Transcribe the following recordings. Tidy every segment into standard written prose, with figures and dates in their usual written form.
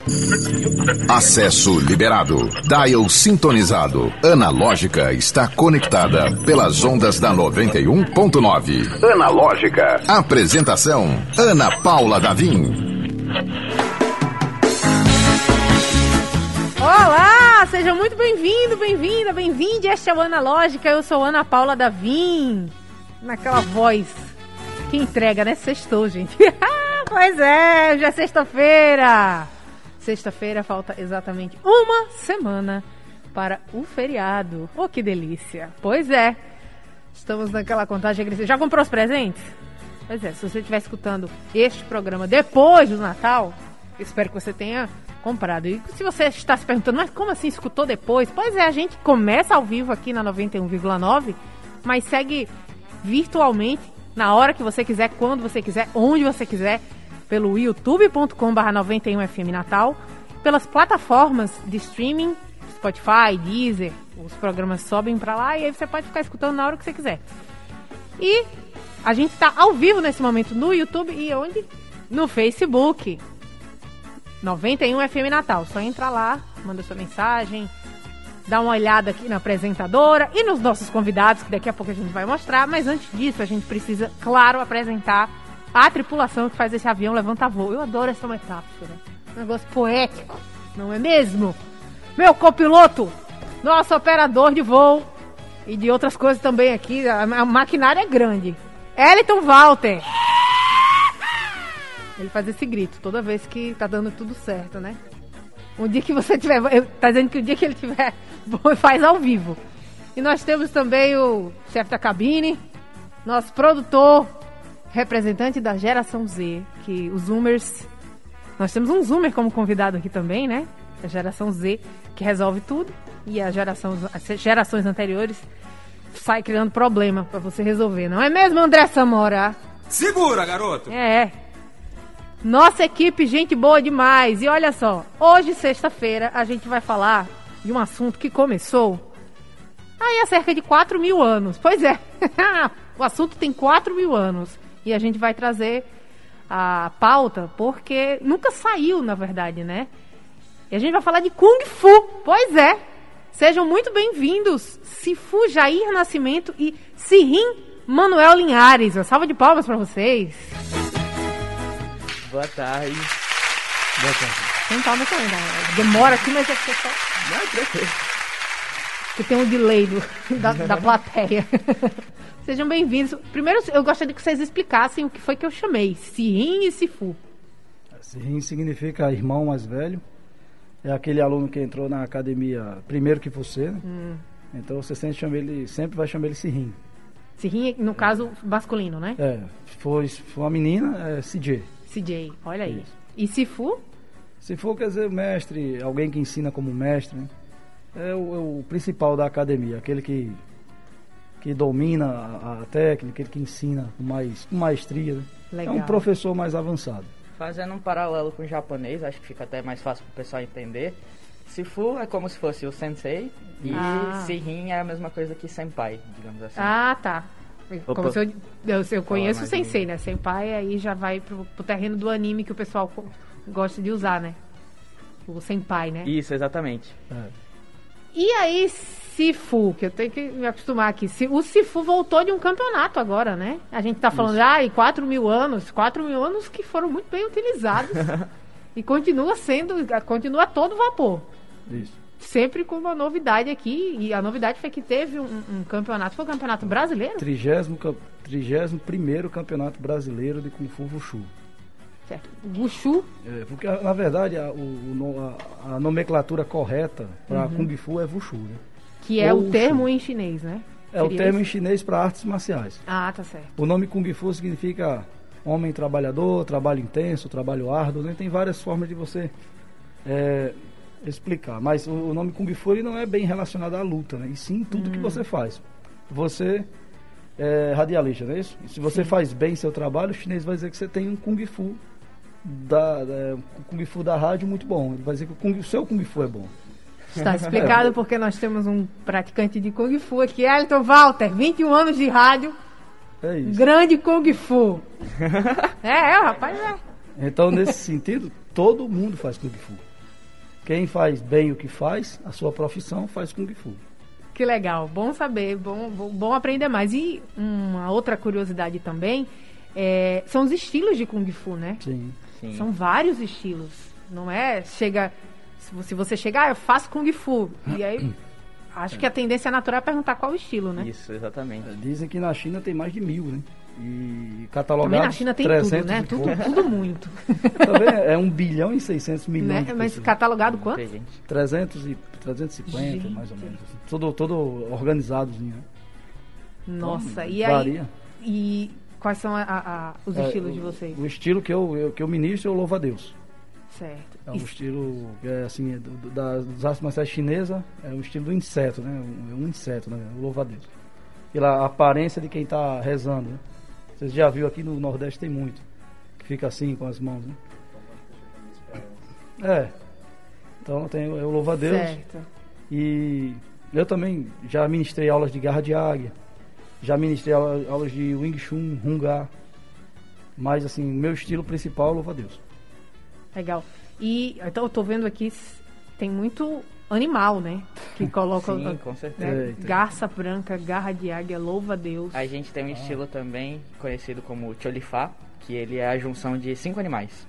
Acesso liberado. Dial sintonizado. Analógica está conectada pelas ondas da 91.9. Analógica. Apresentação: Ana Paula Davim. Olá, seja muito bem-vindo, bem-vinda, bem-vinde. Este é o Analógica, eu sou Ana Paula Davim. Naquela voz que entrega, né? Sextou, gente. Pois é, já é sexta-feira. Sexta-feira falta exatamente uma semana para o feriado. Oh, que delícia. Pois é, estamos naquela contagem regressiva. Já comprou os presentes? Pois é, se você estiver escutando este programa depois do Natal, espero que você tenha comprado. E se você está se perguntando, mas como assim escutou depois? Pois é, a gente começa ao vivo aqui na 91,9, mas segue virtualmente na hora que você quiser, quando você quiser, onde você quiser, pelo youtube.com/91FM Natal, pelas plataformas de streaming, Spotify, Deezer, os programas sobem pra lá e aí você pode ficar escutando na hora que você quiser. E a gente está ao vivo nesse momento no YouTube e onde? No Facebook, 91FM Natal. Só entra lá, manda sua mensagem, dá uma olhada aqui na apresentadora e nos nossos convidados, que daqui a pouco a gente vai mostrar, mas antes disso a gente precisa, claro, apresentar a tripulação que faz esse avião levantar voo. Eu adoro essa metáfora. Um negócio poético, não é mesmo? Meu copiloto, nosso operador de voo e de outras coisas também aqui. A maquinária é grande. Eliton Walter. Ele faz esse grito toda vez que tá dando tudo certo, né? Um dia que você tiver... Tá dizendo que o dia que ele tiver faz ao vivo. E nós temos também o chefe da cabine, nosso produtor, representante da geração Z, que os Zoomers... Nós temos um Zoomer como convidado aqui também, né? A geração Z, que resolve tudo. E as gerações anteriores sai criando problema pra você resolver. Não é mesmo, André Samora? Segura, garoto! É. Nossa equipe, gente boa demais. E olha só, hoje, sexta-feira, a gente vai falar de um assunto que começou aí há cerca de 4.000 anos. Pois é, o assunto tem 4.000 anos. E a gente vai trazer a pauta porque nunca saiu, na verdade, né? E a gente vai falar de Kung Fu. Pois é. Sejam muito bem-vindos, Sifu Jair Nascimento e Sirim Manuel Linhares. Uma salva de palmas para vocês. Boa tarde. Boa tarde. Tem palmas também, né? Demora aqui, mas é que só... Não, tranquilo. Que tem um delay da plateia. Sejam bem-vindos. Primeiro, eu gostaria que vocês explicassem o que foi que eu chamei. Sirim e Sifu. Sirim significa irmão mais velho. É aquele aluno que entrou na academia primeiro que você, né? Então você sempre vai chamar ele Sirim. Sirim, no caso, masculino, né? É, foi uma menina, é CJ. CJ, olha aí. Isso. E Sifu? Sifu quer dizer mestre, alguém que ensina como mestre, né? É o principal da academia, aquele que domina a técnica, aquele que ensina com maestria, né? Legal. É um professor mais avançado. Fazendo um paralelo com o japonês, acho que fica até mais fácil para o pessoal entender. Sifu é como se fosse o sensei e Sirim é a mesma coisa que senpai, digamos assim. Ah, tá. Como se eu conheço o sensei, ou... né? Senpai aí já vai pro terreno do anime que o pessoal gosta de usar, né? O senpai, né? Isso, exatamente. E aí, Sifu, que eu tenho que me acostumar aqui. O Sifu voltou de um campeonato agora, né? A gente tá falando, 4.000 anos que foram muito bem utilizados. E continua a todo vapor. Isso. Sempre com uma novidade aqui. E a novidade foi que teve um campeonato. Foi o campeonato brasileiro? 31º campeonato brasileiro de Kung Fu Wushu. Certo. Wushu? Porque na verdade a nomenclatura correta para Kung Fu é Wushu, né? Que é Ou o termo Wushu. em chinês, né? É o termo em chinês para artes marciais. Ah, tá certo. O nome Kung Fu significa homem trabalhador, trabalho intenso, trabalho árduo, né? Tem várias formas de você explicar. Mas o nome Kung Fu ele não é bem relacionado à luta, né? E sim tudo que você faz. Você é radialista, não é isso? E se você faz bem seu trabalho, o chinês vai dizer que você tem um Kung Fu Kung Fu da rádio muito bom. Ele vai dizer que o seu Kung Fu é bom. Está explicado porque nós temos um praticante de Kung Fu aqui, Eliton Walter, 21 anos de rádio. É isso. Grande Kung Fu. Rapaz, é. Então, nesse sentido, todo mundo faz Kung Fu. Quem faz bem o que faz, a sua profissão faz Kung Fu. Que legal, bom saber, bom aprender mais. E uma outra curiosidade também, são os estilos de Kung Fu, né? Sim. São vários estilos, não é? Se você chegar, eu faço Kung Fu, e aí acho que a tendência natural é perguntar qual o estilo, né? Isso, exatamente. Dizem que na China tem mais de 1000, né? E catalogados também na China tem tudo, né? Tudo muito. Também é 1 bilhão e 600 milhões né? de Mas pessoas. catalogado quanto? 350, Gente. mais ou menos. Assim. Todo organizadozinho, né? Nossa, Então, e varia. aí? E quais são os estilos de vocês? O estilo que eu ministro é o louva-a-Deus. Certo. É um estilo assim, das artes marciais chinesas, é um estilo do inseto, né? É um inseto, né? O louva-a-Deus. Pela aparência de quem está rezando, né? Vocês já viram aqui no Nordeste tem muito. Que fica assim com as mãos, né? Então tem o louva-a-Deus. Certo. E eu também já ministrei aulas de garra de águia. Já ministrei aulas de Wing Chun, Hungá. Mas assim, meu estilo principal é o louva-a-Deus. Legal. E então eu tô vendo aqui, tem muito animal, né? Que coloca Sim, com certeza. né? Garça branca, garra de águia, louva-a-Deus. A gente tem um estilo também conhecido como Cholifá, que ele é a junção de 5 animais.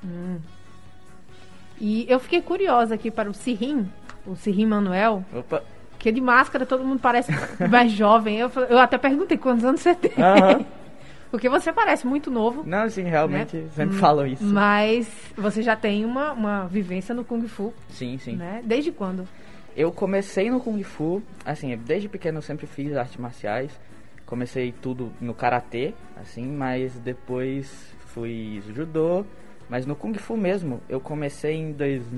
E eu fiquei curiosa aqui para o Sirrim Manuel, Opa! que de máscara todo mundo parece mais jovem. Eu até perguntei quantos anos você tem. Porque você parece muito novo. Não, assim, realmente, né? sempre falam isso. Mas você já tem uma vivência no Kung Fu, Sim, sim. né? Desde quando? Eu comecei no Kung Fu, assim, desde pequeno eu sempre fiz artes marciais. Comecei tudo no Karatê, assim, mas depois fui judô. Mas no Kung Fu mesmo, eu comecei em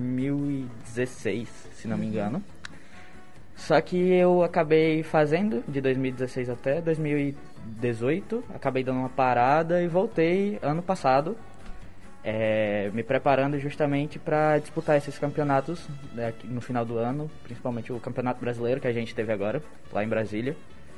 2016, se não me engano. Só que eu acabei fazendo de 2016 até 2018, acabei dando uma parada e voltei ano passado, me preparando justamente para disputar esses campeonatos, né, no final do ano, principalmente o Campeonato Brasileiro que a gente teve agora, lá em Brasília.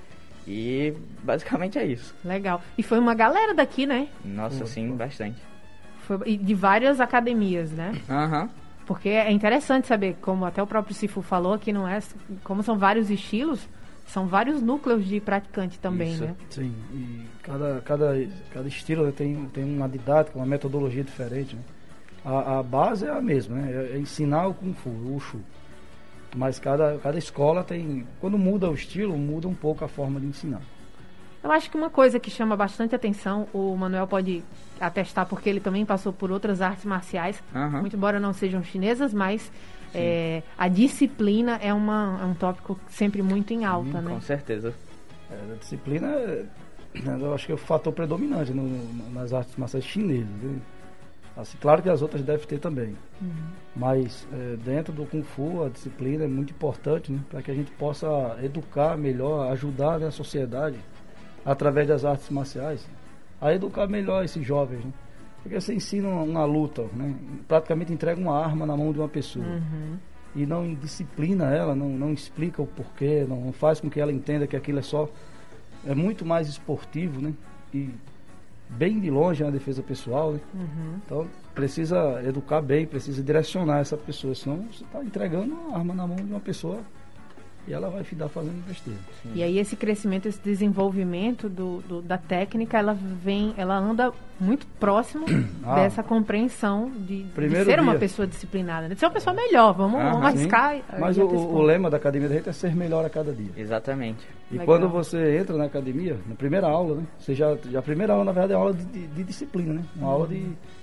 E basicamente é isso. Legal. E foi uma galera daqui, né? Nossa, sim, bastante. E de várias academias, né? Aham. Porque é interessante saber, como até o próprio Sifu falou, que não é, como são vários estilos, são vários núcleos de praticante também, Isso. né? Sim, e cada estilo, né, tem uma didática, uma metodologia diferente, né? A base é a mesma, né? É ensinar o Kung Fu, o Wushu. Mas cada escola tem, quando muda o estilo, muda um pouco a forma de ensinar. Eu acho que uma coisa que chama bastante atenção, o Manuel pode atestar, porque ele também passou por outras artes marciais, muito embora não sejam chinesas, mas a disciplina é um tópico sempre muito em alta, né? Com certeza. A disciplina, eu acho que é o fator predominante nas artes marciais chinesas, viu? Assim, claro que as outras devem ter também, mas dentro do Kung Fu a disciplina é muito importante, né, para que a gente possa educar melhor, ajudar, né, a sociedade através das artes marciais a educar melhor esses jovens, né? Porque você ensina uma luta, né? Praticamente entrega uma arma na mão de uma pessoa e não disciplina ela, não explica o porquê, não faz com que ela entenda que aquilo é muito mais esportivo, né? E bem de longe na defesa pessoal, né? Então precisa educar bem, precisa direcionar essa pessoa, senão você está entregando uma arma na mão de uma pessoa e ela vai ficar fazendo besteira. E aí esse crescimento, esse desenvolvimento da técnica, ela anda muito próximo dessa compreensão de ser uma pessoa disciplinada, né? De ser uma pessoa melhor, vamos arriscar. Mas o lema da academia da gente é ser melhor a cada dia. Exatamente. E quando você entra na academia, na primeira aula, né? A primeira aula, na verdade, é uma aula de disciplina, né? Uma aula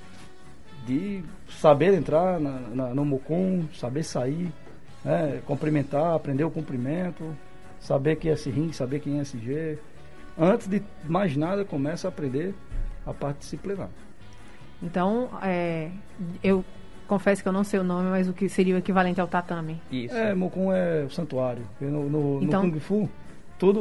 de saber entrar no Mukun, saber sair, cumprimentar, aprender o cumprimento, saber quem é Sirrim, saber quem é SG. Antes de mais nada, começa a aprender a parte disciplinar. Então, eu confesso que eu não sei o nome, mas o que seria o equivalente ao tatame? Isso. Mukun é o santuário. No Kung Fu, tudo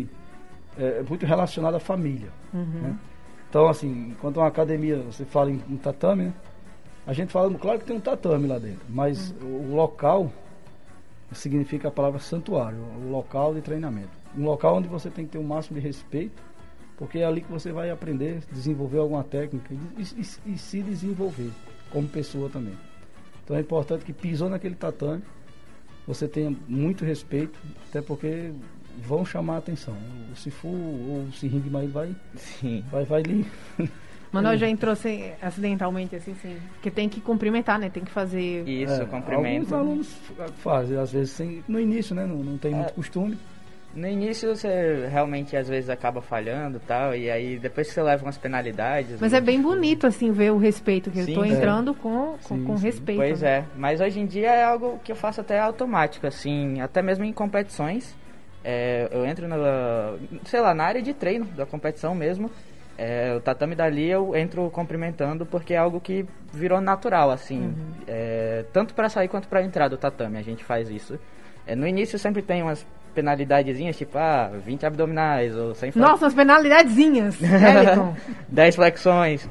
é muito relacionado à família. Né? Então, assim, quando uma academia, você fala em tatame, né? A gente fala, claro que tem um tatame lá dentro, mas o local significa a palavra santuário, o local de treinamento. Um local onde você tem que ter o máximo de respeito, porque é ali que você vai aprender, desenvolver alguma técnica e se desenvolver como pessoa também. Então é importante que pisou naquele tatame, você tenha muito respeito, até porque vão chamar a atenção. O Sifu ou o Sirring mais vai lhe... Manuel já entrou acidentalmente, assim, sim. Porque tem que cumprimentar, né? Tem que fazer... Isso, cumprimento. Alguns alunos fazem, às vezes, no início, né? Não tem muito costume. No início você realmente às vezes acaba falhando e tal, e aí depois que você leva umas penalidades... Mas é bem bonito, assim, ver o respeito, que eu tô entrando com Sim. respeito. Pois né? mas hoje em dia é algo que eu faço até automático, assim, até mesmo em competições. Eu entro na área de treino da competição mesmo. O tatame dali eu entro cumprimentando porque é algo que virou natural, assim. Tanto para sair quanto para entrar do tatame, a gente faz isso. No início sempre tem umas penalidadezinhas, tipo, 20 abdominais ou 100 flexões. Nossa, umas penalidadezinhas, Eliton. 10 flexões.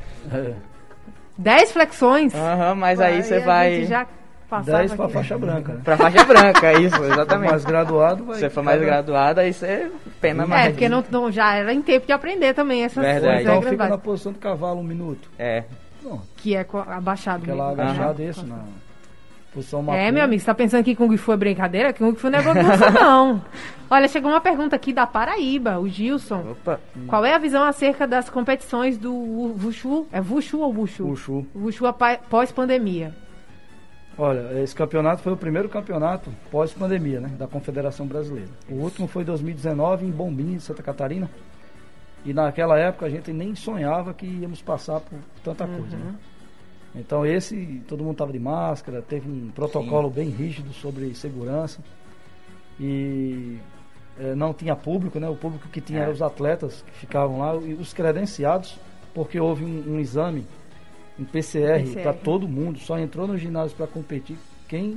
10 flexões? Mas aí você vai... 10 para faixa branca. Né? Pra faixa branca, isso, exatamente. Mais graduado vai... Se você for mais graduado, aí você pena mais. Porque não, já era em tempo de aprender também essas Verdade. coisas. Então fica na posição do cavalo 1 minuto. Pronto. Que é abaixado. Aquela agachada, isso, na posição macumba. Meu amigo, você tá pensando que Kung Fu é brincadeira? Kung Fu não é bagunça, não. Olha, chegou uma pergunta aqui da Paraíba, o Gilson. Opa. Qual é a visão acerca das competições do Wushu? É Wushu ou Wushu? Wushu. Wushu pós-pandemia. Olha, esse campeonato foi o primeiro campeonato pós-pandemia, né, da Confederação Brasileira. O último foi em 2019 em Bombinha, Santa Catarina. E naquela época a gente nem sonhava que íamos passar por tanta coisa. Né? Então todo mundo estava de máscara, teve um protocolo bem rígido sobre segurança. E não tinha público, né? O público que tinha eram os atletas que ficavam lá e os credenciados, porque houve um exame, um PCR para todo mundo, só entrou no ginásio para competir quem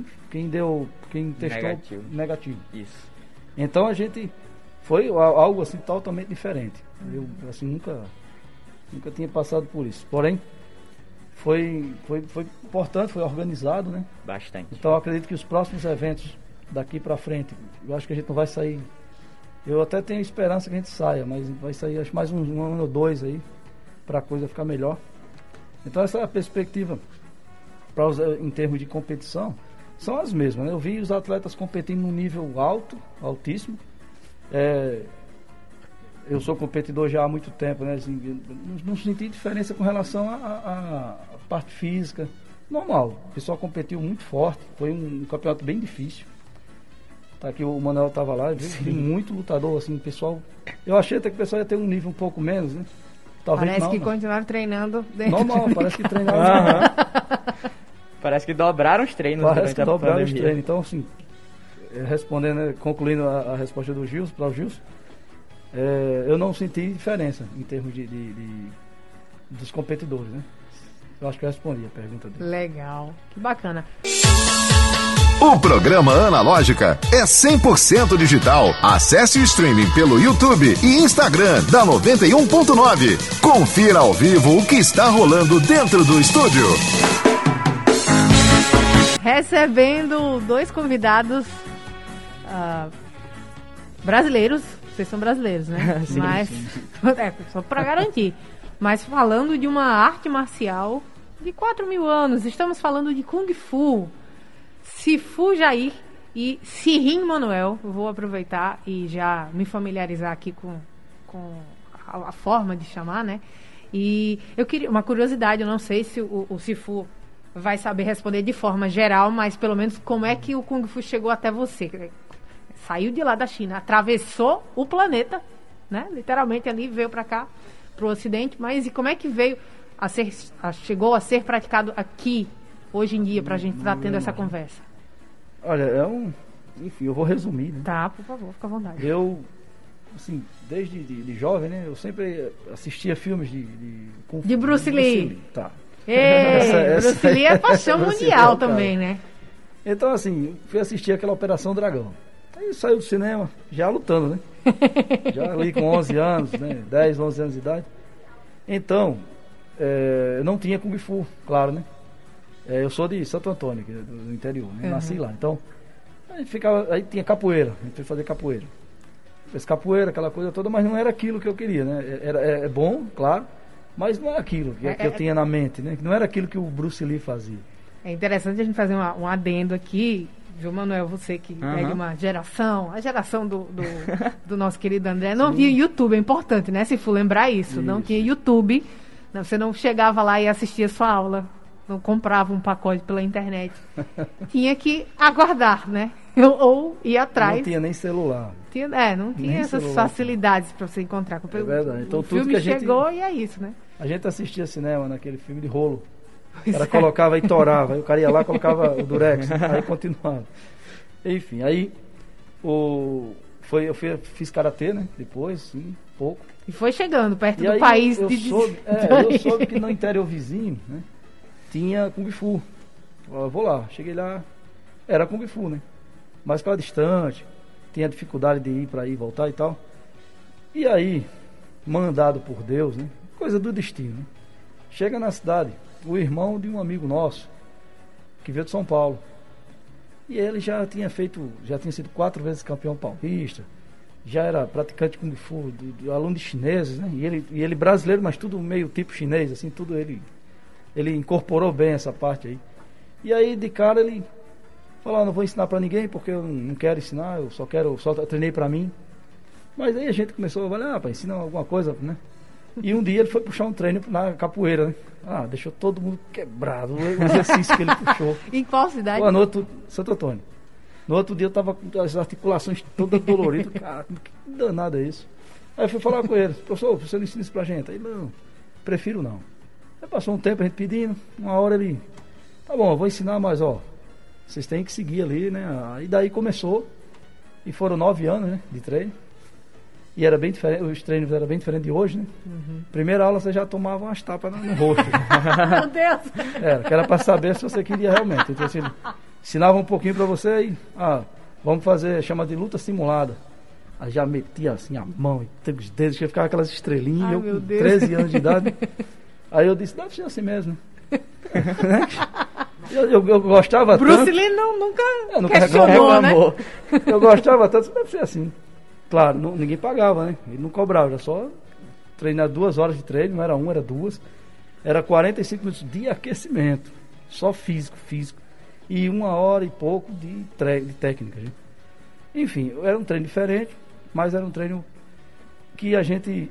testou negativo. Isso. Então a gente foi algo assim totalmente diferente. Eu assim nunca tinha passado por isso. Porém foi importante, foi organizado, né? Bastante. Então eu acredito que os próximos eventos daqui para frente, eu acho que a gente não vai sair. Eu até tenho esperança que a gente saia, mas vai sair acho mais um ano ou 2 aí para a coisa ficar melhor. Então essa é a perspectiva em termos de competição são as mesmas, né? Eu vi os atletas competindo num nível altíssimo. Eu sou competidor já há muito tempo, né? Assim, não senti diferença com relação à parte física. Normal, o pessoal competiu muito forte, foi um campeonato bem difícil. Tá aqui, o Manuel estava lá, vi muito lutador, assim, o pessoal. Eu achei até que o pessoal ia ter um nível um pouco menos, né? Talvez parece não, que continuaram treinando dentro. Normal, parece que treinaram. Parece que dobraram os treinos durante a pandemia. Então, assim, respondendo, né, concluindo a resposta do Gilson, para o Gilson, eu não senti diferença em termos dos competidores, né? Eu acho que eu respondi a pergunta dele. Legal, que bacana. O programa Analógica é 100% digital. Acesse o streaming pelo YouTube e Instagram da 91.9. Confira ao vivo o que está rolando dentro do estúdio. Recebendo 2 convidados brasileiros. Vocês são brasileiros, né? Sim, mas sim. Só para garantir. Mas falando de uma arte marcial de 4.000 anos. Estamos falando de Kung Fu. Sifu Jair e Sirring Manuel. Eu vou aproveitar e já me familiarizar aqui com a forma de chamar, né? E eu queria uma curiosidade, eu não sei se o Sifu vai saber responder de forma geral, mas pelo menos como é que o Kung Fu chegou até você? Saiu de lá da China, atravessou o planeta, né? Literalmente ali veio para cá, para o Ocidente, mas e como é que chegou a ser praticado aqui hoje em dia, para a gente estar tendo essa conversa? Olha, enfim, eu vou resumir, né? Tá, por favor, fica à vontade. Eu, assim, desde de jovem, né? Eu sempre assistia filmes de Bruce Lee. Tá. Bruce Lee é paixão mundial também, né? Então, assim, fui assistir aquela Operação Dragão. Aí saiu do cinema, já lutando, né? Já ali com 11 anos, né? 10, 11 anos de idade. Então, não tinha Kung Fu, claro, né? Eu sou de Santo Antônio, do interior, né? Nasci lá. Então, aí tinha capoeira, a gente foi fazer capoeira. Fez capoeira, aquela coisa toda, mas não era aquilo que eu queria, né? É bom, claro, mas não é aquilo que eu tinha na mente, né? Não era aquilo que o Bruce Lee fazia. É interessante a gente fazer um adendo aqui, viu, Manuel? Você que é de uma geração, a geração do nosso querido André, não tinha YouTube, é importante, né? Se for lembrar isso. Não tinha YouTube, não, você não chegava lá e assistia sua aula, não comprava um pacote pela internet. Tinha que aguardar, né? Ou ir atrás. Não tinha nem celular. Não tinha Nem essas celular. facilidades para você encontrar. É verdade. Então, o tudo filme que a gente, chegou e é isso, né? A gente assistia cinema naquele filme de rolo. O cara é. colocava e torava. Aí o cara ia lá, colocava o durex. Aí continuava. Enfim, aí eu fiz karatê, né? Depois, sim, pouco. E foi chegando perto E do aí país. eu soube que no interior vizinho, né, tinha Kung Fu. Eu vou lá, cheguei lá, era Kung Fu, né? Mas ficava distante, tinha dificuldade de ir para ir e voltar e tal. E aí, mandado por Deus, né? Coisa do destino, né? Chega na cidade, o irmão de um amigo nosso, que veio de São Paulo. E ele já tinha sido 4 vezes campeão paulista, já era praticante de Kung Fu, aluno de chineses, né? E ele brasileiro, mas tudo meio tipo chinês, assim, tudo ele incorporou bem essa parte aí. E aí, de cara, ele falou, não vou ensinar pra ninguém, porque eu não quero ensinar, eu só treinei pra mim. Mas aí a gente começou a falar, para ensinar alguma coisa, né? E um dia ele foi puxar um treino na capoeira, né? Deixou todo mundo quebrado, o exercício que ele puxou. Em qual cidade? No outro, Santo Antônio. No outro dia eu tava com as articulações todas doloridas. Cara, que danado é isso? Aí eu fui falar com ele, professor, você não ensina isso pra gente? Aí, não, prefiro não. Aí passou um tempo a gente pedindo, uma hora ele, tá bom, eu vou ensinar, mas vocês têm que seguir ali, né? Aí daí começou, e foram 9 anos, né, de treino. E era bem diferente, os treinos eram bem diferentes de hoje, né? Primeira aula você já tomava umas tapas no rosto. Meu Deus! Que era para saber se você queria realmente. Então, assim, ensinava um pouquinho para você e, vamos fazer, chama de luta simulada. Aí já metia assim a mão e os dedos, que ficava aquelas estrelinhas, eu com 13 anos de idade. Aí eu disse, deve ser assim mesmo, né? Eu gostava Bruce tanto. Bruce Lee nunca questionou, né? Eu gostava tanto, deve ser assim. Claro, ninguém pagava, né? Ele não cobrava, era só treinar 2 horas de treino, não era 1, era 2. Era 45 minutos de aquecimento, só físico. E 1 hora e pouco de técnica, gente. Enfim, era um treino diferente, mas era um treino que a gente...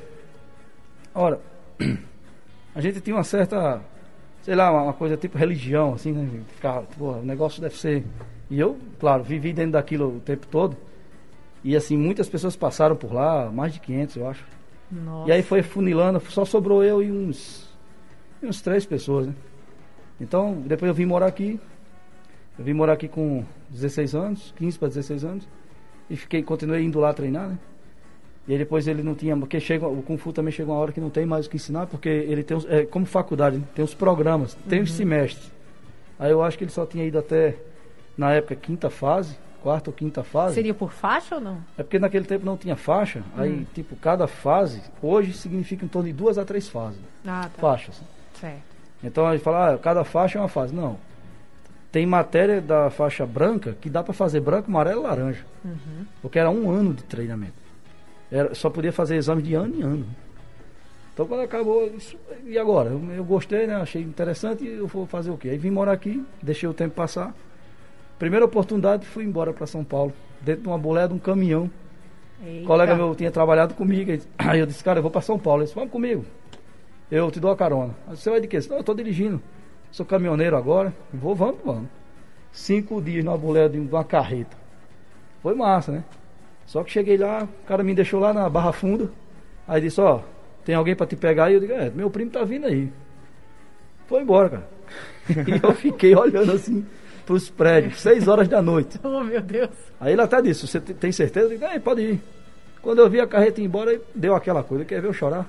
a gente tinha uma certa, sei lá, uma coisa tipo religião, assim, né? Ficava, o negócio deve ser... E eu, claro, vivi dentro daquilo o tempo todo. E assim, muitas pessoas passaram por lá, mais de 500, eu acho. Nossa. E aí foi funilando, só sobrou eu e uns 3 pessoas, né? Então, depois eu vim morar aqui. Eu vim morar aqui com 16 anos, 15 para 16 anos. E continuei indo lá treinar, né? E aí depois ele não tinha, porque o Kung Fu também chega uma hora que não tem mais o que ensinar, porque ele tem, como faculdade, né? Tem os programas, tem os semestres. Aí eu acho que ele só tinha ido até, na época, 4ª ou 5ª fase. Seria por faixa ou não? É porque naquele tempo não tinha faixa. Aí, tipo, cada fase, hoje significa em torno de 2 a 3 fases. Faixas. Certo. Então a gente fala, cada faixa é uma fase. Não. Tem matéria da faixa branca que dá para fazer branco, amarelo e laranja. Porque era 1 ano de treinamento. Só podia fazer exame de ano em ano. Então quando acabou, e agora? Eu gostei, né? Achei interessante e eu vou fazer o quê? Aí vim morar aqui, deixei o tempo passar. Primeira oportunidade, fui embora para São Paulo, dentro de uma boleia de um caminhão. Eita. Um colega meu tinha trabalhado comigo, aí eu disse, cara, eu vou para São Paulo. Ele disse, vamos comigo, eu te dou a carona. Aí, você vai de quê? Eu disse, não, eu estou dirigindo, sou caminhoneiro agora, vamos. 5 dias numa boleia de uma carreta. Foi massa, né? Só que cheguei lá, o cara me deixou lá na Barra Funda, aí disse, tem alguém para te pegar? E eu digo, meu primo tá vindo aí. Foi embora, cara. E eu fiquei olhando assim para os prédios, 6 horas da noite. Oh, meu Deus. Aí ele até disse, você tem certeza? Eu digo, pode ir. Quando eu vi a carreta ir embora, deu aquela coisa, quer ver eu chorar?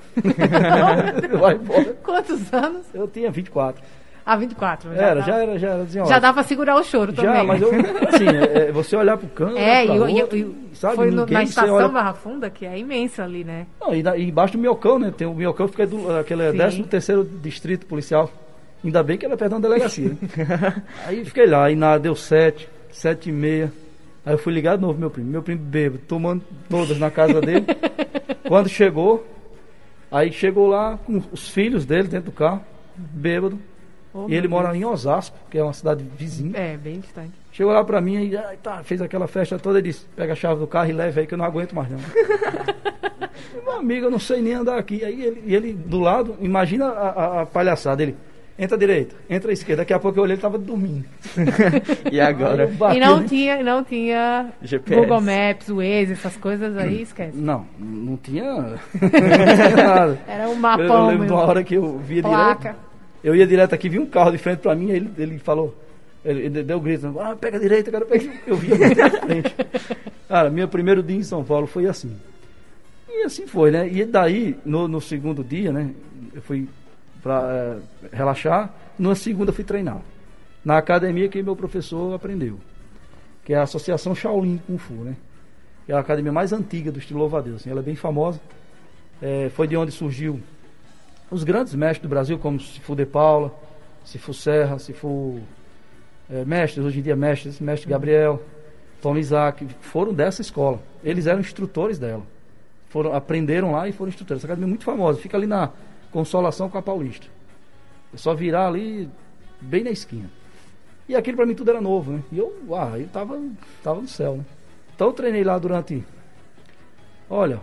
Vai embora. Quantos anos? Eu tinha 24. 24. Já era desenholo. Já dá pra segurar o choro também. Já, mas eu, assim, você olhar pro canto, sabe? Foi na estação olha... Barra Funda, que é imensa ali, né? Não, e embaixo do Miocão, né? Tem o Miocão, fica aquele 13º distrito policial. Ainda bem que era perto da delegacia, né? Aí fiquei lá, e nada, deu 7, 7h30. Aí eu fui ligar de novo meu primo bêbado, tomando todas na casa dele. Quando chegou lá com os filhos dele dentro do carro, bêbado. Oh, e ele meu mora Deus. em Osasco, que é uma cidade vizinha. É, bem distante. Chegou lá pra mim e fez aquela festa toda e disse, pega a chave do carro e leva aí que eu não aguento mais não. Meu amigo, eu não sei nem andar aqui. Aí ele do lado, imagina a palhaçada, ele entra à direita, entra à esquerda, daqui a pouco eu olhei, ele tava dormindo. E agora? Aí eu bati E não ali. tinha GPS. Google Maps, Waze, essas coisas aí, esquece. Não tinha nada. Era um Eu mapão, lembro de uma hora que eu via placa. direto. Eu ia direto aqui, vi um carro de frente pra mim, aí ele falou, ele deu um grito, pega a direita, cara, pega. Eu vi na frente. Cara, meu primeiro dia em São Paulo foi assim. E assim foi, né? E daí, no segundo dia, né, eu fui pra relaxar, na segunda eu fui treinar. Na academia que meu professor aprendeu, que é a Associação Shaolin Kung Fu, né? Que é a academia mais antiga do estilo louva-a-Deus, assim, ela é bem famosa. Foi de onde surgiu os grandes mestres do Brasil, como Sifu de Paula, Sifu Serra, Sifu mestres, hoje em dia mestre Gabriel, Tom Isaac, foram dessa escola. Eles eram instrutores dela. Aprenderam lá e foram instrutores. Essa academia é muito famosa, fica ali na Consolação com a Paulista. É só virar ali, bem na esquina. E aquilo pra mim tudo era novo, né? E eu tava no céu, né? Então eu treinei lá durante, olha,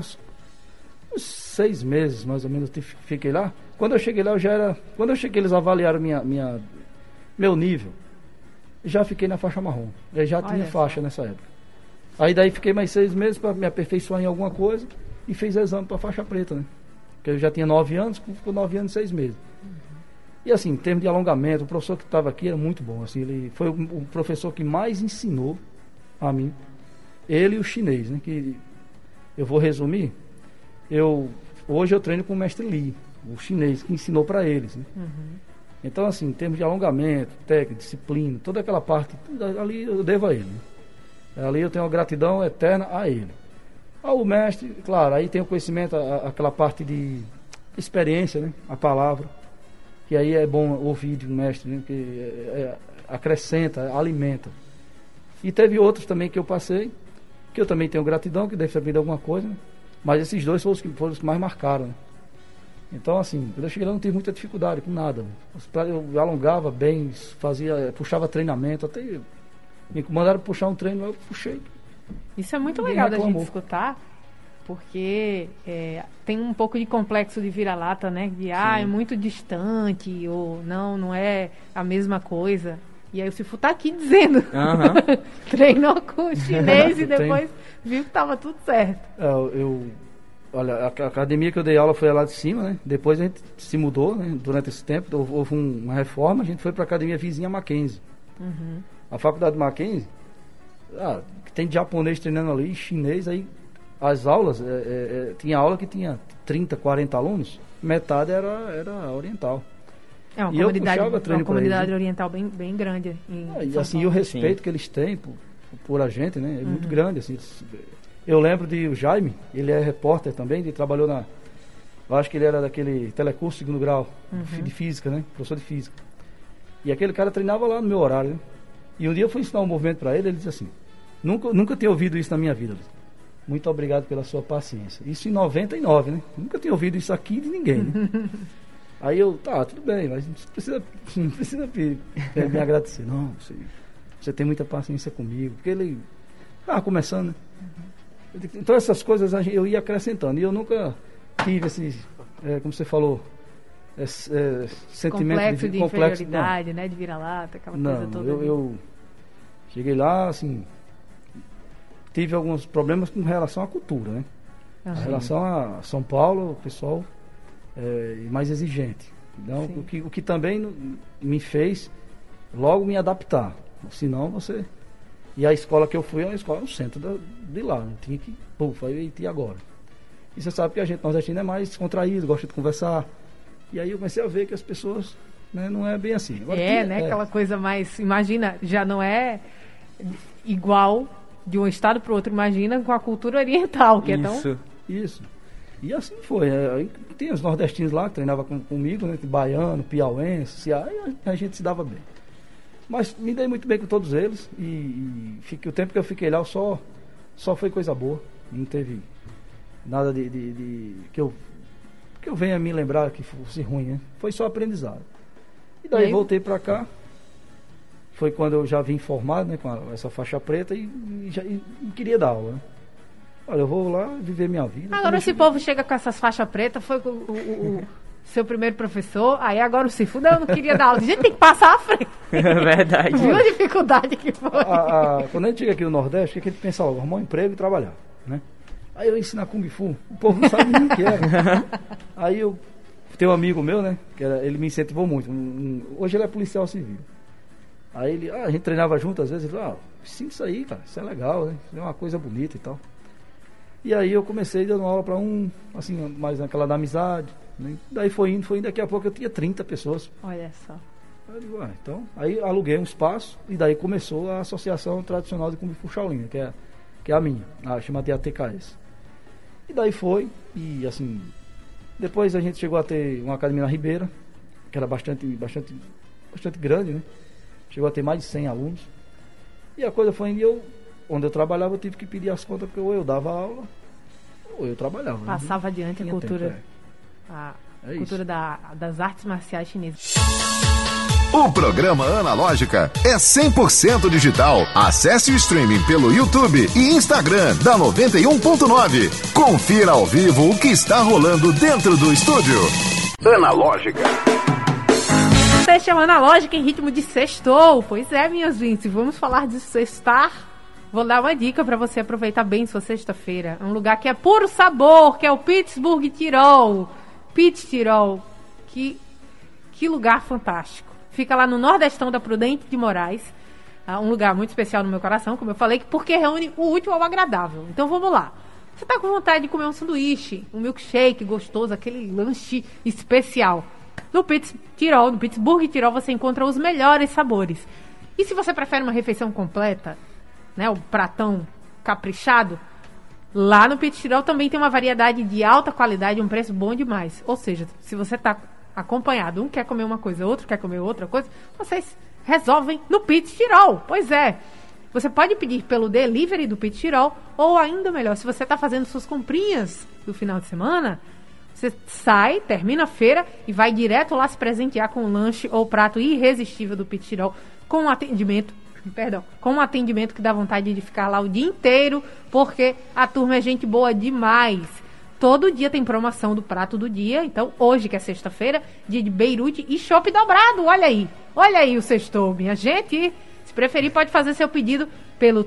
uns 6 meses mais ou menos eu fiquei lá. Quando eu cheguei lá quando eu cheguei eles avaliaram meu nível, já fiquei na faixa marrom. Eu já tinha faixa nessa época. Aí daí fiquei mais 6 meses para me aperfeiçoar em alguma coisa e fiz exame para faixa preta, né? Porque eu já tinha 9 anos, ficou 9 anos e 6 meses. E assim, em termos de alongamento, o professor que estava aqui era muito bom. Assim, ele foi o professor que mais ensinou a mim. Ele e o chinês, né? Que eu vou resumir. Hoje eu treino com o mestre Li, o chinês, que ensinou para eles, né? Então, assim, em termos de alongamento, técnica, disciplina, toda aquela parte, ali eu devo a ele, né? Ali eu tenho uma gratidão eterna a ele. Ao mestre, claro, aí tem o conhecimento, aquela parte de experiência, né? A palavra, que aí é bom ouvir de um mestre, né? Que acrescenta, alimenta. E teve outros também que eu passei, que eu também tenho gratidão, que deve ter aprendido alguma coisa, né? Mas esses dois foram os que mais marcaram, né? Então, assim, quando eu cheguei lá, não tive muita dificuldade com nada. Eu alongava bem, puxava treinamento, até me mandaram puxar um treino, eu puxei. Isso é muito Ninguém legal da gente reclamou. escutar, porque tem um pouco de complexo de vira-lata, né? De, é muito distante, ou não é a mesma coisa. E aí o Sifu tá aqui dizendo, treinou com o chinês e depois viu que tava tudo certo. Olha, a academia que eu dei aula foi lá de cima, né? Depois a gente se mudou, né? Durante esse tempo, houve uma reforma, a gente foi para a academia vizinha Mackenzie. A faculdade de Mackenzie, que tem japonês treinando ali, chinês, aí as aulas, tinha aula que tinha 30, 40 alunos, metade era oriental. É uma E eu comunidade, puxava treino uma pra comunidade eles, né? oriental bem grande. E assim, o respeito que eles têm por a gente, né? É muito grande, assim. Eu lembro de o Jaime, ele é repórter também, ele trabalhou eu acho que ele era daquele telecurso segundo grau, de física, né? Professor de física. E aquele cara treinava lá no meu horário, né? E um dia eu fui ensinar um movimento para ele disse assim, nunca tinha ouvido isso na minha vida. Muito obrigado pela sua paciência. Isso em 99, né? Nunca tinha ouvido isso aqui de ninguém, né? Aí eu, tudo bem, mas não precisa me agradecer. Não, você tem muita paciência comigo. Porque ele começando, né? Então essas coisas eu ia acrescentando. E eu nunca tive esse, como você falou, sentimento complexo de complexo, inferioridade, né? De vira-lata, aquela coisa toda. Eu cheguei lá, assim, tive alguns problemas com relação à cultura, né? Em relação a São Paulo, o pessoal mais exigente. Então, o que também me fez logo me adaptar. Senão você... E a escola que eu fui é uma escola no centro de lá. Não tinha que... Aí e agora? E você sabe que a gente nordestino é mais contraído, gosta de conversar. E aí eu comecei a ver que as pessoas, né, não é bem assim. Agora, né? Aquela coisa mais... Imagina, já não é igual de um estado para o outro. Imagina com a cultura oriental, que é tão... Isso. E assim foi. Aí tem os nordestinos lá que treinavam comigo, né? Baiano, piauense, aí a gente se dava bem. Mas me dei muito bem com todos eles e o tempo que eu fiquei lá só foi coisa boa. Não teve nada que eu venha me lembrar que fosse ruim, né? Foi só aprendizado. E daí voltei pra cá. Foi quando eu já vim formado, né, com essa faixa preta e queria dar aula, né? Olha, eu vou lá viver minha vida. Agora esse povo chega com essas faixas pretas, foi o seu primeiro professor, aí agora o se fuda, eu não queria dar aula. A gente tem que passar à frente. É verdade. Viu a dificuldade que foi? Quando a gente chega aqui no Nordeste, o que a gente pensa logo? Arrumar um emprego e trabalhar, né? Aí eu ensinar Kung Fu, o povo não sabe nem o que é. Aí eu tenho um amigo meu, né, ele me incentivou muito. Hoje ele é policial civil. Aí a gente treinava junto às vezes, ele falou, ensina isso aí, cara, isso é legal, né? Isso é uma coisa bonita e tal. E aí eu comecei dando aula para assim, mais naquela da amizade, né? Daí foi indo, daqui a pouco eu tinha 30 pessoas. Olha só. Aí eu digo, então, aí aluguei um espaço e daí começou a Associação Tradicional de Kung Fu Shaolin, que é a minha, chamada ATKS. E daí foi, e assim, depois a gente chegou a ter uma academia na Ribeira, que era bastante grande, né? Chegou a ter mais de 100 alunos. E a coisa foi indo, onde eu trabalhava, eu tive que pedir as contas, porque ou eu dava aula, ou eu trabalhava. Passava adiante a cultura, cultura das artes marciais chinesas. O programa Analógica é 100% digital. Acesse o streaming pelo YouTube e Instagram da 91.9. Confira ao vivo o que está rolando dentro do estúdio. Analógica. Este é o Analógica em ritmo de sextou. Pois é, minhas vintes, vamos falar de sextar. Vou dar uma dica para você aproveitar bem sua sexta-feira. Um lugar que é puro sabor, que é o Pittsburgh Tirol. Tirol. Que lugar fantástico. Fica lá no nordestão da Prudente de Moraes. Um lugar muito especial no meu coração, como eu falei, porque reúne o útil ao agradável. Então vamos lá. Você tá com vontade de comer um sanduíche, um milkshake gostoso, aquele lanche especial. No Pittsburgh Tirol, você encontra os melhores sabores. E se você prefere uma refeição completa, né, o pratão caprichado, lá no Tirol também tem uma variedade de alta qualidade e um preço bom demais. Ou seja, se você está acompanhado, um quer comer uma coisa, outro quer comer outra coisa, vocês resolvem no Tirol. Pois é. Você pode pedir pelo delivery do Tirol, ou ainda melhor, se você está fazendo suas comprinhas do final de semana, você sai, termina a feira e vai direto lá se presentear com um lanche ou prato irresistível do Tirol, com um atendimento que dá vontade de ficar lá o dia inteiro, porque a turma é gente boa demais. Todo dia tem promoção do prato do dia. Então, hoje, que é sexta-feira, dia de Beirute e chopp dobrado. Olha aí o sextou, minha gente. Se preferir, pode fazer seu pedido pelo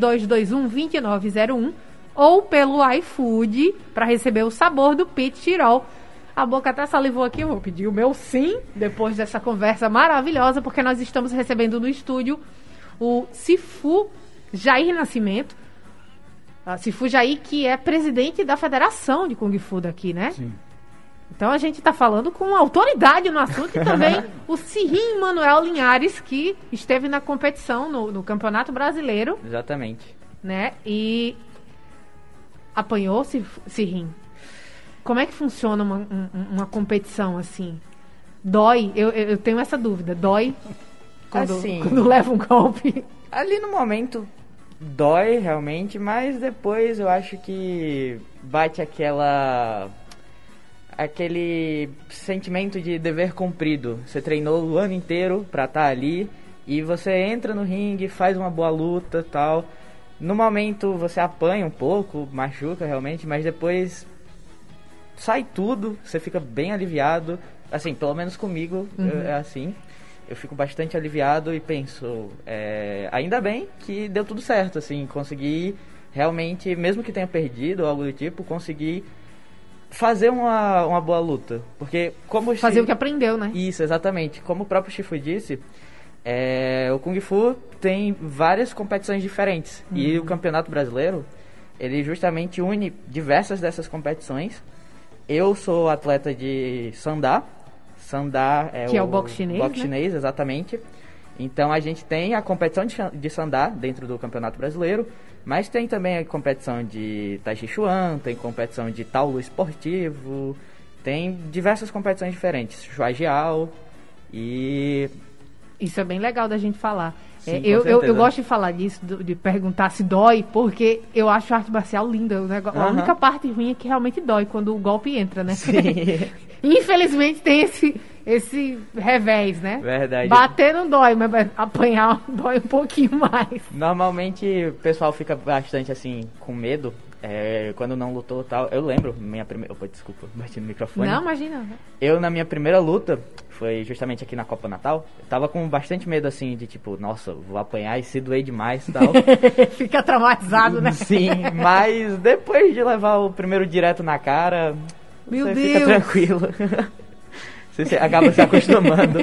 3221-2901 ou pelo iFood para receber o sabor do Tirol. A boca até salivou aqui, eu vou pedir o meu sim, depois dessa conversa maravilhosa, porque nós estamos recebendo no estúdio o Sifu Jair Nascimento. Sifu Jair, que é presidente da Federação de Kung Fu daqui, né? Sim. Então a gente está falando com autoridade no assunto, e também o Sirrim Manuel Linhares, que esteve na competição no Campeonato Brasileiro. Exatamente. Né? E apanhou, Sirrim. Como é que funciona uma competição assim? Dói? Eu tenho essa dúvida. Dói quando leva um golpe? Ali no momento dói realmente, mas depois eu acho que bate aquele sentimento de dever cumprido. Você treinou o ano inteiro pra estar ali e você entra no ringue, faz uma boa luta, tal. No momento você apanha um pouco, machuca realmente, mas depois sai tudo, você fica bem aliviado. Assim, pelo menos comigo é assim. Eu fico bastante aliviado e penso, ainda bem que deu tudo certo, assim, consegui realmente, mesmo que tenha perdido ou algo do tipo, consegui fazer uma boa luta. Porque como fazer o que aprendeu, né? Isso, exatamente. Como o próprio Shifu disse, o Kung Fu tem várias competições diferentes. E o Campeonato Brasileiro, ele justamente une diversas dessas competições. Eu sou atleta de Sandá. Sandá que é o boxe chinês, boxe chinês, exatamente. Então a gente tem a competição de Sandá dentro do Campeonato Brasileiro, mas tem também a competição de Tai Chi Chuan, tem competição de Taolu esportivo, tem diversas competições diferentes, Shuai Jiao e... Isso é bem legal da gente falar. Sim, eu gosto de falar disso, de perguntar se dói, porque eu acho a arte marcial linda. A única parte ruim é que realmente dói quando o golpe entra, né? Sim. Infelizmente tem esse revés, né? Verdade. Bater não dói, mas apanhar dói um pouquinho mais. Normalmente o pessoal fica bastante assim, com medo, quando não lutou e tal. Eu lembro, minha primeira... Opa, desculpa, bati no microfone. Não, imagina. Eu, na minha primeira luta, foi justamente aqui na Copa Natal, eu tava com bastante medo assim, de tipo, nossa, vou apanhar e se doer demais e tal. Fica traumatizado, né? Sim, mas depois de levar o primeiro direto na cara, Meu você Deus. fica tranquilo. Você acaba se acostumando.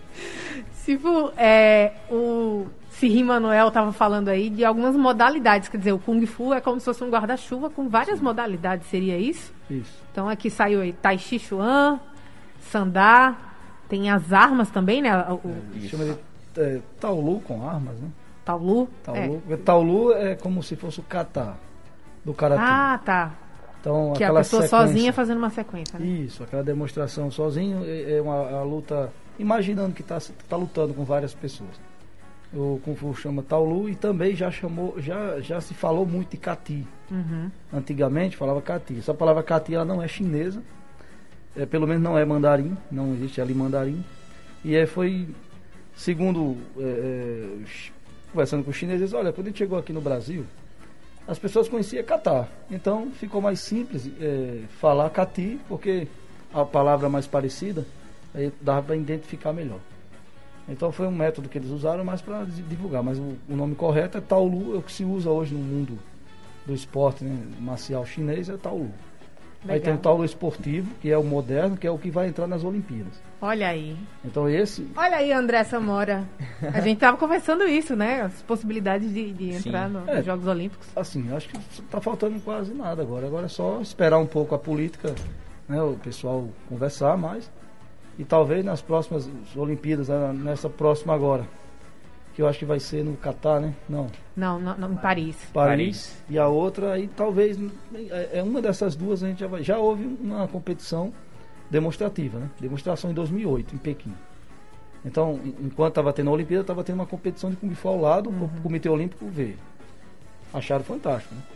Tipo, o Sirri Manuel tava falando aí de algumas modalidades, quer dizer, o Kung Fu é como se fosse um guarda-chuva com várias modalidades, seria isso? Isso. Então aqui saiu aí Tai Chi Chuan, Sandá, tem as armas também, né? Chama de Taolu com armas, né? Taolu. Taolu. Taolu é como se fosse o kata do karatê. Ah, tá. Então, Que é a aquela pessoa sequência, sozinha fazendo uma sequência, né? Isso, aquela demonstração sozinho é uma luta, imaginando que tá lutando com várias pessoas. O Kung Fu chama Taolu e também já se falou muito de Kati. Uhum. Antigamente falava Kati. Essa palavra Kati ela não é chinesa, pelo menos não é mandarim, não existe ali mandarim. E foi, segundo conversando com os chineses, olha, quando a gente chegou aqui no Brasil, as pessoas conheciam kata. Então ficou mais simples falar Kati, porque a palavra mais parecida, aí dava para identificar melhor. Então foi um método que eles usaram mais para divulgar. Mas o nome correto é Taolu, é o que se usa hoje no mundo do esporte, né, marcial chinês, é Taolu. Aí tem o Taolu esportivo, que é o moderno, que é o que vai entrar nas Olimpíadas. Olha aí. Então esse... Olha aí, André Samora. A gente tava conversando isso, né? As possibilidades de entrar nos Jogos Olímpicos. Assim, acho que tá faltando quase nada agora. Agora é só esperar um pouco a política, né, o pessoal conversar mais. E talvez nas próximas Olimpíadas, nessa próxima agora, que eu acho que vai ser no Catar, né? Não, em Paris. Paris. E a outra, aí talvez, uma dessas duas a gente já houve uma competição demonstrativa, né? Demonstração em 2008, em Pequim. Então, enquanto estava tendo a Olimpíada, estava tendo uma competição de Kung Fu ao lado, o Comitê Olímpico ver. Acharam fantástico, né?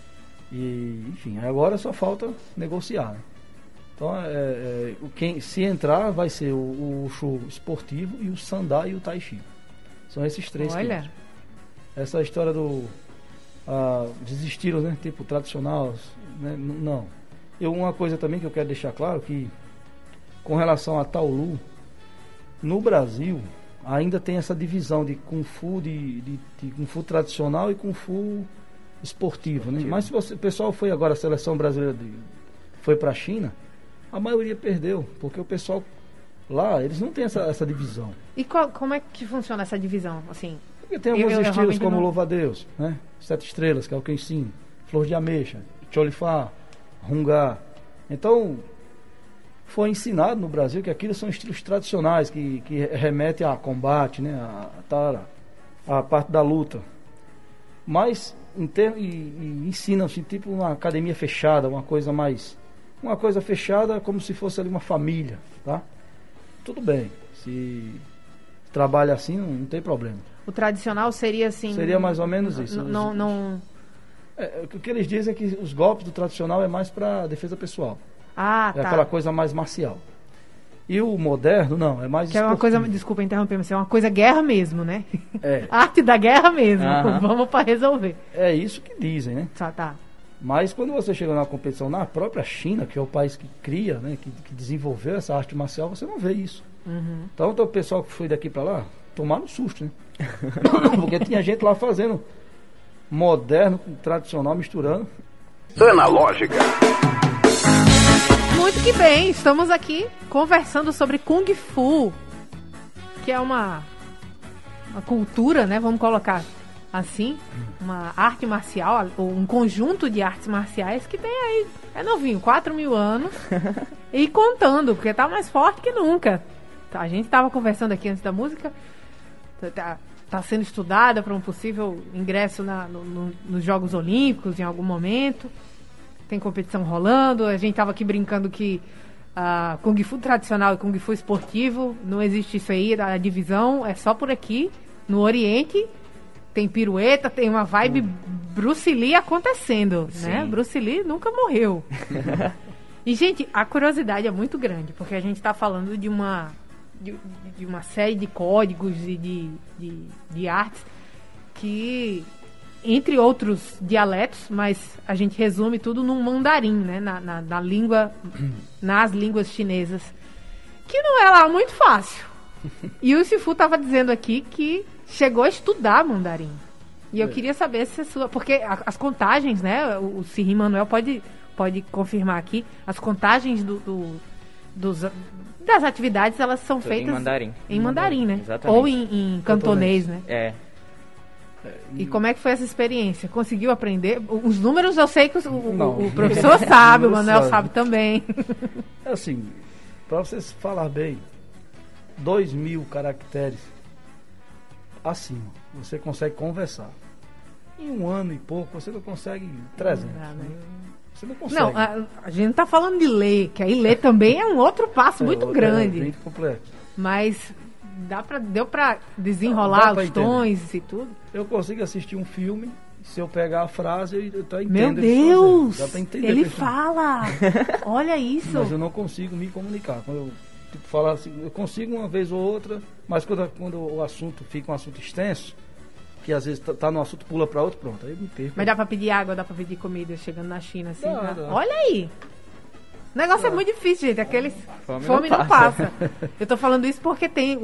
E, enfim, agora só falta negociar, né? Então, quem se entrar vai ser o show esportivo e o Sandá e o Tai Chi. São esses três. Olha. Essa história dos estilos, né? Tipo tradicional, né? Não. Uma coisa também que eu quero deixar claro que com relação a Taolu, no Brasil ainda tem essa divisão de Kung Fu, de Kung Fu tradicional e Kung Fu esportivo, né? Mas se o pessoal foi agora, a seleção brasileira foi para a China, a maioria perdeu, porque o pessoal lá, eles não têm essa divisão. E como é que funciona essa divisão? Assim, porque tem alguns estilos como Louva-a-Deus, né? 7 estrelas, que é o que ensino, Flor de Ameixa, Cholifá, Hungá. Então, foi ensinado no Brasil que aquilo são estilos tradicionais, que remetem a combate, né? A parte da luta. Mas, ensinam-se tipo uma academia fechada, uma coisa fechada como se fosse ali uma família, tá? Tudo bem, se trabalha assim não tem problema. O tradicional seria assim... Seria mais ou menos isso. O que eles dizem é que os golpes do tradicional é mais para defesa pessoal. Ah, tá. É aquela coisa mais marcial. E o moderno, não, é mais que esportivo. É uma coisa, desculpa interromper, mas é uma coisa guerra mesmo, né? A arte da guerra mesmo. Vamos para resolver. É isso que dizem, né? Tá. Mas quando você chega na competição na própria China, que é o país que cria, né, que desenvolveu essa arte marcial, você não vê isso. Então o pessoal que foi daqui para lá, tomaram um susto, né? Porque tinha gente lá fazendo moderno com tradicional, misturando. Analógica. Muito que bem, estamos aqui conversando sobre Kung Fu, que é uma cultura, né? Vamos colocar assim, uma arte marcial, ou um conjunto de artes marciais que tem aí, é novinho, 4.000 anos, e contando, porque tá mais forte que nunca. A gente estava conversando aqui antes da música, tá sendo estudada para um possível ingresso nos Jogos Olímpicos em algum momento, tem competição rolando, a gente estava aqui brincando que Kung Fu tradicional e Kung Fu esportivo, não existe isso aí, a divisão é só por aqui, no Oriente. Tem pirueta, tem uma vibe Bruce Lee acontecendo, né? Bruce Lee nunca morreu. E, gente, a curiosidade é muito grande, porque a gente está falando de uma série de códigos e de artes que, entre outros dialetos, mas a gente resume tudo num mandarim, né? Nas línguas chinesas, que não é lá muito fácil. E o Sifu estava dizendo aqui que chegou a estudar mandarim. E eu queria saber se a sua... Porque as contagens, né? O Sirri Manuel pode confirmar aqui. As contagens das atividades, elas são Tudo feitas... Em mandarim. né? Exatamente. Ou em cantonês, né? É. E como é que foi essa experiência? Conseguiu aprender? Os números eu sei que o professor sabe, o Manuel sabe também. É assim, para você falar bem, 2.000 caracteres acima, você consegue conversar. Em um ano e pouco, você não consegue 300. Não dá, né? Você não consegue. Não, a gente não tá falando de ler, que aí ler também é um outro passo muito grande. É muito complexo. Mas deu pra desenrolar Dá pra os tons e tudo? Eu consigo assistir um filme, se eu pegar a frase, eu entendo. Meu Deus! Dá pra entender. Ele fala! Olha isso! Mas eu não consigo me comunicar. Quando eu falar assim, eu consigo uma vez ou outra, mas quando o assunto fica um assunto extenso, que às vezes tá no assunto, pula para outro, pronto, aí eu me perco. Mas dá pra pedir água, dá pra pedir comida chegando na China, assim. Dá. Olha aí! O negócio é muito difícil, gente. Aqueles Fome não passa. Eu tô falando isso porque tem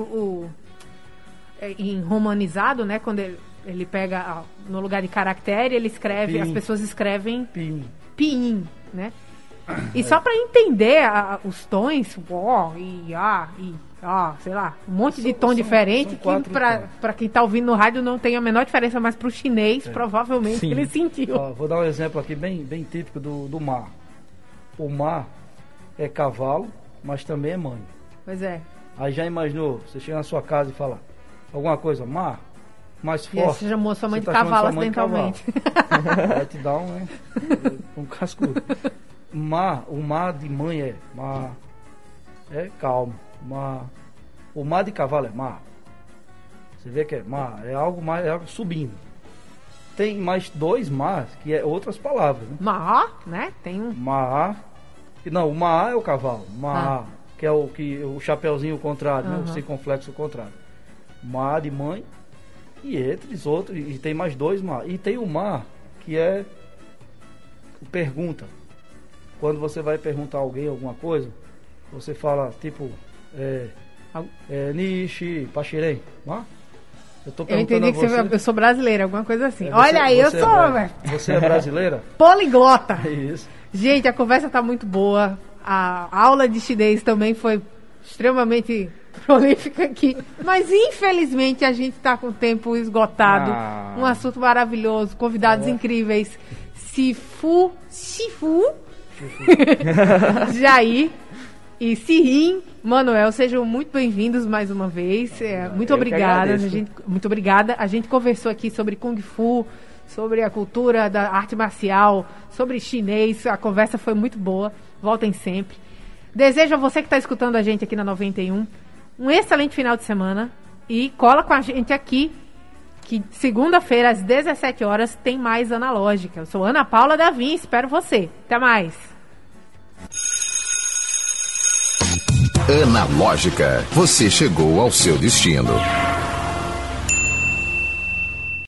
em romanizado, né? Quando ele pega no lugar de caractere, ele escreve, Pin. as pessoas escrevem Pin. pinyin, né? E só pra entender os tons, ó, e ó, sei lá, um monte de tom diferente, são que 4 pra quem tá ouvindo no rádio não tem a menor diferença, mas pro chinês, provavelmente, Sim. ele sentiu. Ó, vou dar um exemplo aqui bem típico do mar. O mar é cavalo, mas também é mãe. Pois é. Aí já imaginou, você chega na sua casa e fala alguma coisa, mar, mais E aí forte. você chamou sua mãe Você de tá chamando cavalo sua mãe de acidentalmente. cavalo. Vai te dar um cascudo. O mar de mãe é mar, é calmo. O mar de cavalo é mar. Você vê que é mar, é algo mais, é algo subindo. Tem mais 2 mar, que é outras palavras, né? Mar, né? Tem um. Mar. Não, o mar é o cavalo. Mar, que é o chapeuzinho contrário, né? O circunflexo contrário. Mar de mãe. E entre os outros, e tem mais 2 mar. E tem o mar, que é pergunta. Quando você vai perguntar a alguém alguma coisa, você fala tipo, Nishi, Pachirei, mar? Eu tô Eu perguntando entendi que a você. eu sou brasileira, alguma coisa assim. É, Olha aí, eu você sou, velho. Você é brasileira? Poliglota. É isso. Gente, a conversa tá muito boa. A aula de chinês também foi extremamente prolífica aqui. Mas infelizmente a gente tá com o tempo esgotado. Um assunto maravilhoso, convidados incríveis. Sifu, Jair e Sirri Manuel, sejam muito bem-vindos mais uma vez. Muito obrigada. Muito obrigada. A gente conversou aqui sobre Kung Fu, sobre a cultura da arte marcial, sobre chinês. A conversa foi muito boa. Voltem sempre. Desejo a você que está escutando a gente aqui na 91 um excelente final de semana. E cola com a gente aqui, que segunda-feira, às 17 horas, tem mais Analógica. Eu sou Ana Paula Davim, espero você. Até mais. Analógica, você chegou ao seu destino.